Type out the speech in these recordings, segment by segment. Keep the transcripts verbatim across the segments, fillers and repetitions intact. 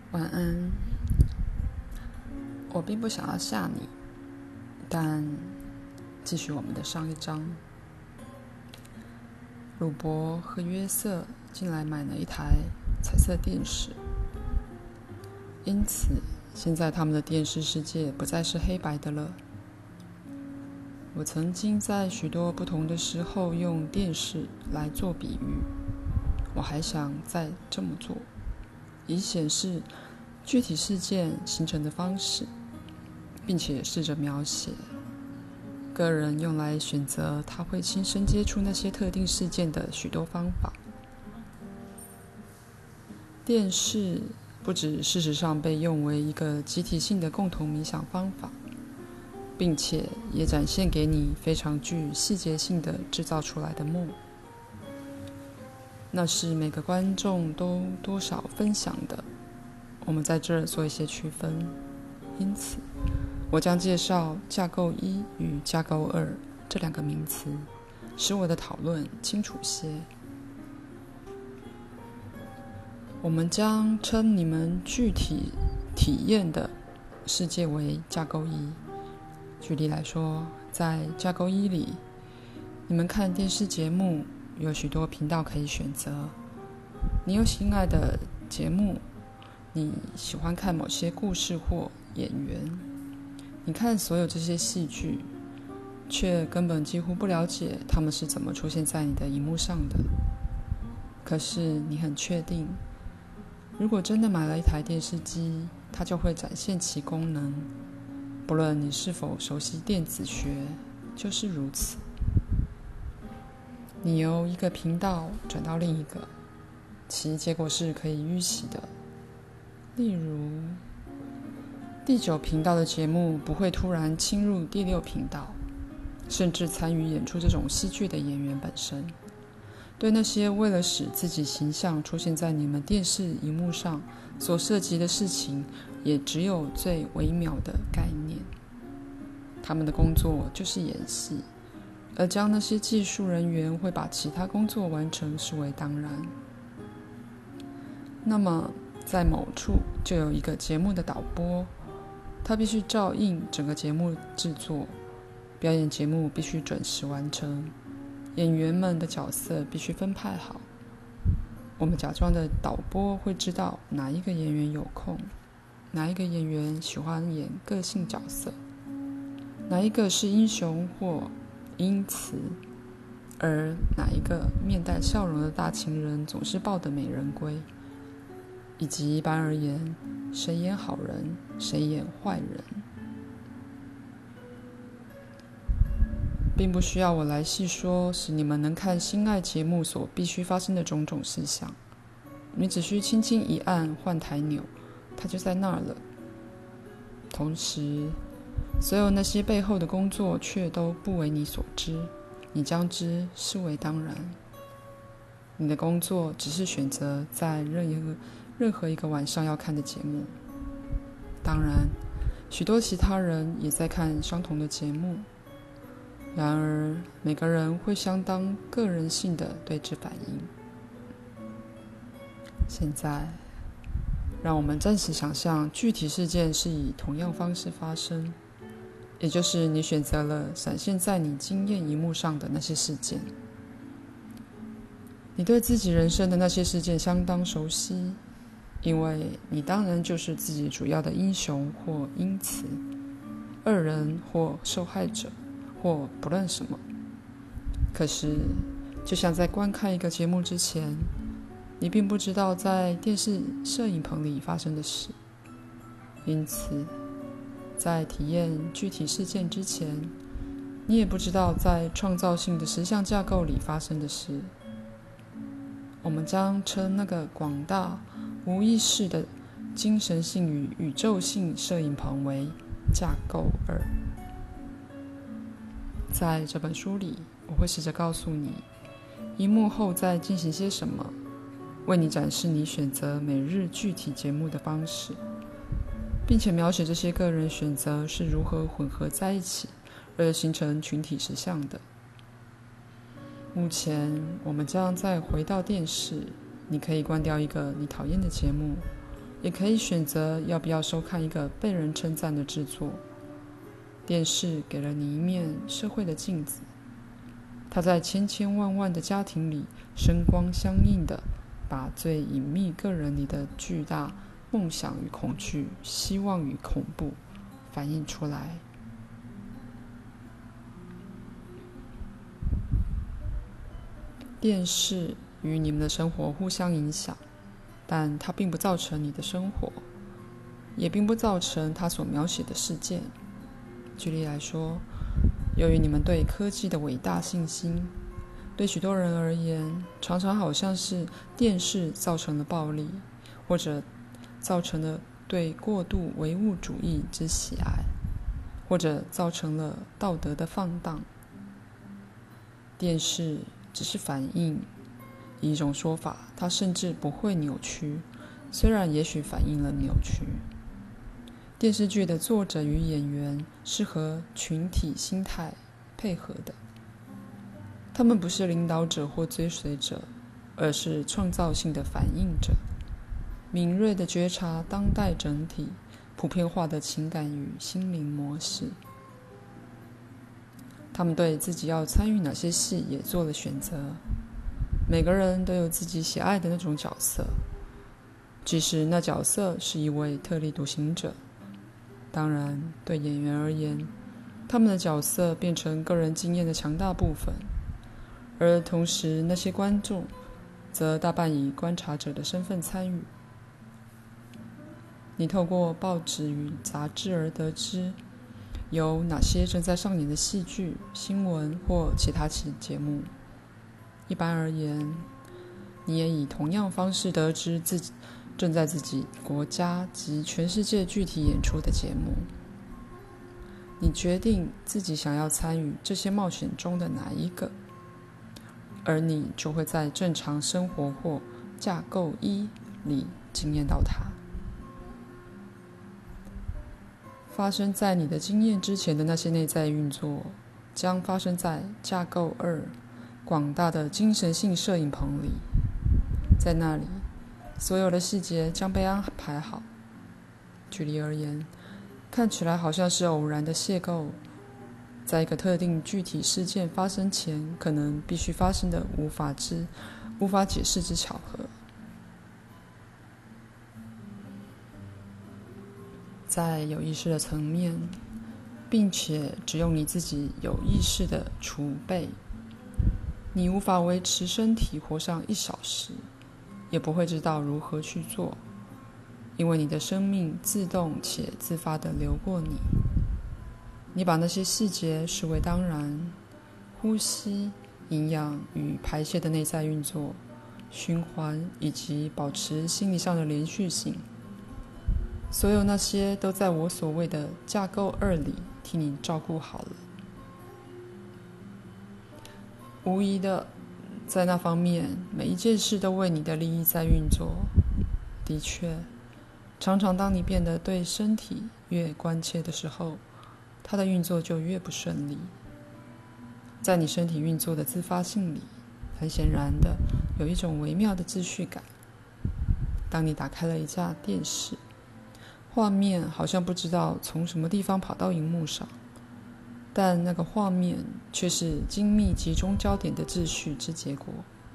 晚安。我并不想要吓你，但继续我们的上一章。鲁伯和约瑟进来买了一台彩色电视，因此现在他们的电视世界不再是黑白的了。我曾经在许多不同的时候用电视来做比喻，我还想再这么做，以显示具体事件形成的方式，并且试着描写个人用来选择他会亲身接触那些特定事件的许多方法。电视不只事实上被用为一个集体性的共同冥想方法，并且也展现给你非常具细节性的制造出来的梦。那是每个观众都多少分享的，我们在这儿做一些区分。因此我将介绍架构一与架构二这两个名词，使我的讨论清楚些。我们将称你们具体体验的世界为架构一。举例来说，在架构一里，你们看电视节目有许多频道可以选择。你有心爱的节目，你喜欢看某些故事或演员，你看所有这些戏剧，却根本几乎不了解他们是怎么出现在你的荧幕上的。可是你很确定，如果真的买了一台电视机，它就会展现其功能，不论你是否熟悉电子学，就是如此。你由一个频道转到另一个，其结果是可以预期的。例如，第九频道的节目不会突然侵入第六频道，甚至参与演出这种戏剧的演员本身，对那些为了使自己形象出现在你们电视荧幕上所涉及的事情，也只有最微妙的概念。他们的工作就是演戏，而将那些技术人员会把其他工作完成视为当然。那么在某处就有一个节目的导播，他必须照应整个节目制作，表演节目必须准时完成，演员们的角色必须分派好。我们假装的导播会知道哪一个演员有空，哪一个演员喜欢演个性角色，哪一个是英雄或因此，而哪一个面带笑容的大情人总是抱得美人归，以及一般而言，谁演好人，谁演坏人。并不需要我来细说使你们能看心爱节目所必须发生的种种事项，你只需轻轻一按换台钮，它就在那儿了。同时，所有那些背后的工作却都不为你所知，你将之视为当然。你的工作只是选择在任何任何一个晚上要看的节目。当然，许多其他人也在看相同的节目，然而每个人会相当个人性的对之反应。现在让我们暂时想象具体事件是以同样方式发生，也就是你选择了闪现在你经验荧幕上的那些事件。你对自己人生的那些事件相当熟悉，因为你当然就是自己主要的英雄或因此恶人或受害者或不论什么。可是就像在观看一个节目之前，你并不知道在电视摄影棚里发生的事，因此在体验具体事件之前，你也不知道在创造性的实相架构里发生的事。我们将称那个广大无意识的精神性与宇宙性摄影棚为架构二。在这本书里，我会试着告诉你荧幕后在进行些什么，为你展示你选择每日具体节目的方式，并且描写这些个人选择是如何混合在一起而形成群体实相的。目前我们将再回到电视，你可以关掉一个你讨厌的节目， 也可以选择要不要收看一个被人称赞的制作。电视给了你一面社会的镜子，它在千千万万的家庭里声光相应的把最隐秘个人里的巨大梦想与恐惧、希望与恐怖反映出来。电视与你们的生活互相影响，但它并不造成你的生活，也并不造成它所描写的事件。举例来说，由于你们对科技的伟大信心，对许多人而言，常常好像是电视造成了暴力，或者造成了对过度唯物主义之喜爱，或者造成了道德的放荡。电视只是反应，以一种说法，它甚至不会扭曲，虽然也许反映了扭曲。电视剧的作者与演员是和群体心态配合的，他们不是领导者或追随者，而是创造性的反应者，敏锐地觉察当代整体普遍化的情感与心灵模式。他们对自己要参与哪些戏也做了选择，每个人都有自己喜爱的那种角色，即使那角色是一位特立独行者。当然，对演员而言，他们的角色变成个人经验的强大部分，而同时那些观众则大半以观察者的身份参与。你透过报纸与杂志而得知有哪些正在上演的戏剧、新闻或其他节目。一般而言，你也以同样方式得知自己正在自己国家及全世界具体演出的节目。你决定自己想要参与这些冒险中的哪一个，而你就会在正常生活或架构一里经验到它。发生在你的经验之前的那些内在运作，将发生在架构二广大的精神性摄影棚里。在那里，所有的细节将被安排好。举例而言，看起来好像是偶然的邂逅，在一个特定具体事件发生前可能必须发生的无法之无法解释之巧合。在有意识的层面，并且只用你自己有意识的储备，你无法维持身体活上一小时，也不会知道如何去做，因为你的生命自动且自发地流过你。你把那些细节视为当然，呼吸、营养与排泄的内在运作、循环以及保持心理上的连续性，所有那些都在我所谓的架构二里替你照顾好了。无疑的，在那方面，每一件事都为你的利益在运作。的确，常常当你变得对身体越关切的时候，它的运作就越不顺利。在你身体运作的自发性里，很显然的有一种微妙的秩序感。当你打开了一架电视，画面好像不知道从什么地方跑到荧幕上，但那个画面却是精密集中焦点的秩序之结果。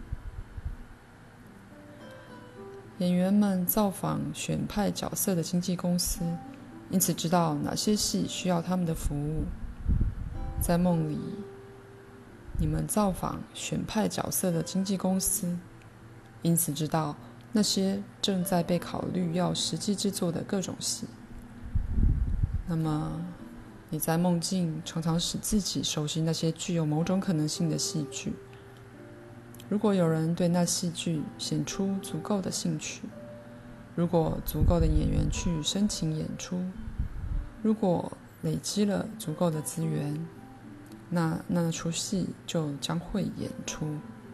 演员们造访选派角色的经纪公司，因此知道哪些戏需要他们的服务。在梦里，你们造访选派角色的经纪公司，因此知道那些正在被考虑要实际制作的各种戏。那么你在梦境常常使自己熟悉那些具有某种可能性的戏剧。如果有人对那戏剧显出足够的兴趣，如果足够的演员去申请演出，如果累积了足够的资源，那那出戏就将会演出。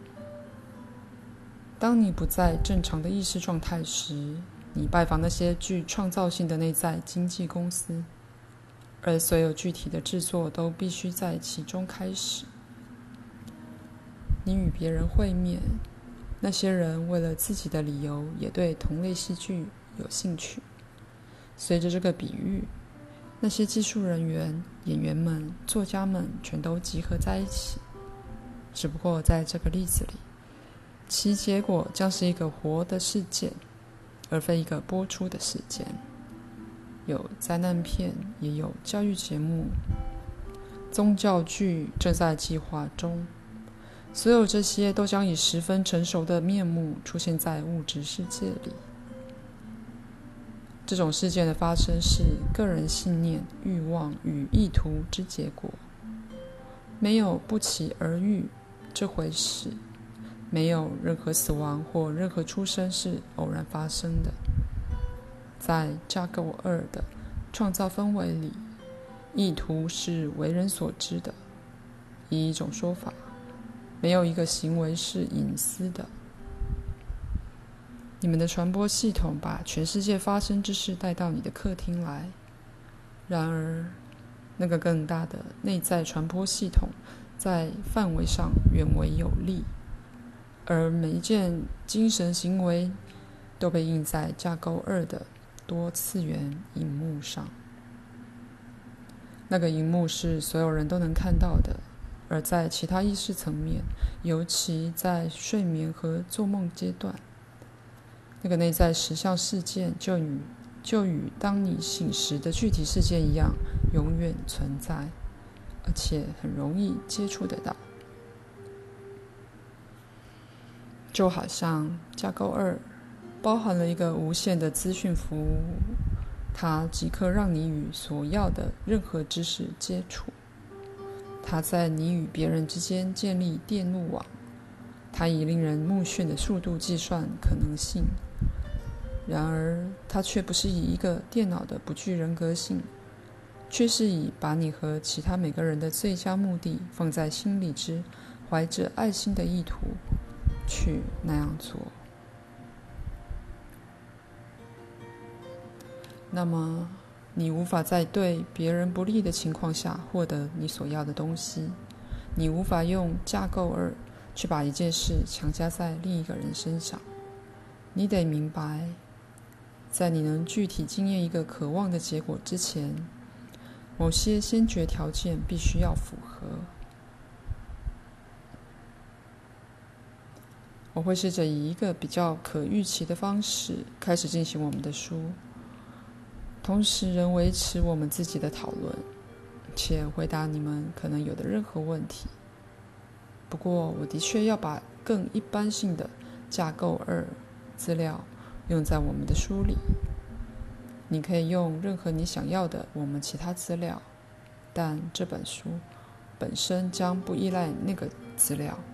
当你不在正常的意识状态时，你拜访那些具创造性的内在经纪公司，而所有具体的制作都必须在其中开始。你与别人会面，那些人为了自己的理由也对同类戏剧有兴趣。随着这个比喻，那些技术人员、演员们、作家们全都集合在一起。只不过在这个例子里，其结果将是一个活的事件，而非一个播出的事件。有灾难片，也有教育节目，宗教剧正在计划中。所有这些都将以十分成熟的面目出现在物质世界里。这种事件的发生是个人信念、欲望与意图之结果，没有不期而遇这回事，没有任何死亡或任何出生是偶然发生的。在架构二的创造氛围里，意图是为人所知的。以一种说法，没有一个行为是隐私的。你们的传播系统把全世界发生之事带到你的客厅来，然而那个更大的内在传播系统在范围上远为有利，而每一件精神行为都被印在架构二的多次元荧幕上。那个荧幕是所有人都能看到的，而在其他意识层面，尤其在睡眠和做梦阶段，那个内在实相事件就与就与当你醒时的具体事件一样，永远存在，而且很容易接触得到。就好像架构二包含了一个无限的资讯服务，它即刻让你与所要的任何知识接触。它在你与别人之间建立电路网，它以令人目眩的速度计算可能性。然而它却不是以一个电脑的不具人格性，却是以把你和其他每个人的最佳目的放在心里之怀着爱心的意图去那样做。那么你无法在对别人不利的情况下获得你所要的东西，你无法用架构二去把一件事强加在另一个人身上。你得明白，在你能具体经验一个渴望的结果之前，某些先决条件必须要符合。我会试着以一个比较可预期的方式开始进行我们的书，同时仍维持我们自己的讨论，且回答你们可能有的任何问题。不过我的确要把更一般性的架构二资料用在我们的书里。你可以用任何你想要的我们其他资料，但这本书本身将不依赖那个资料。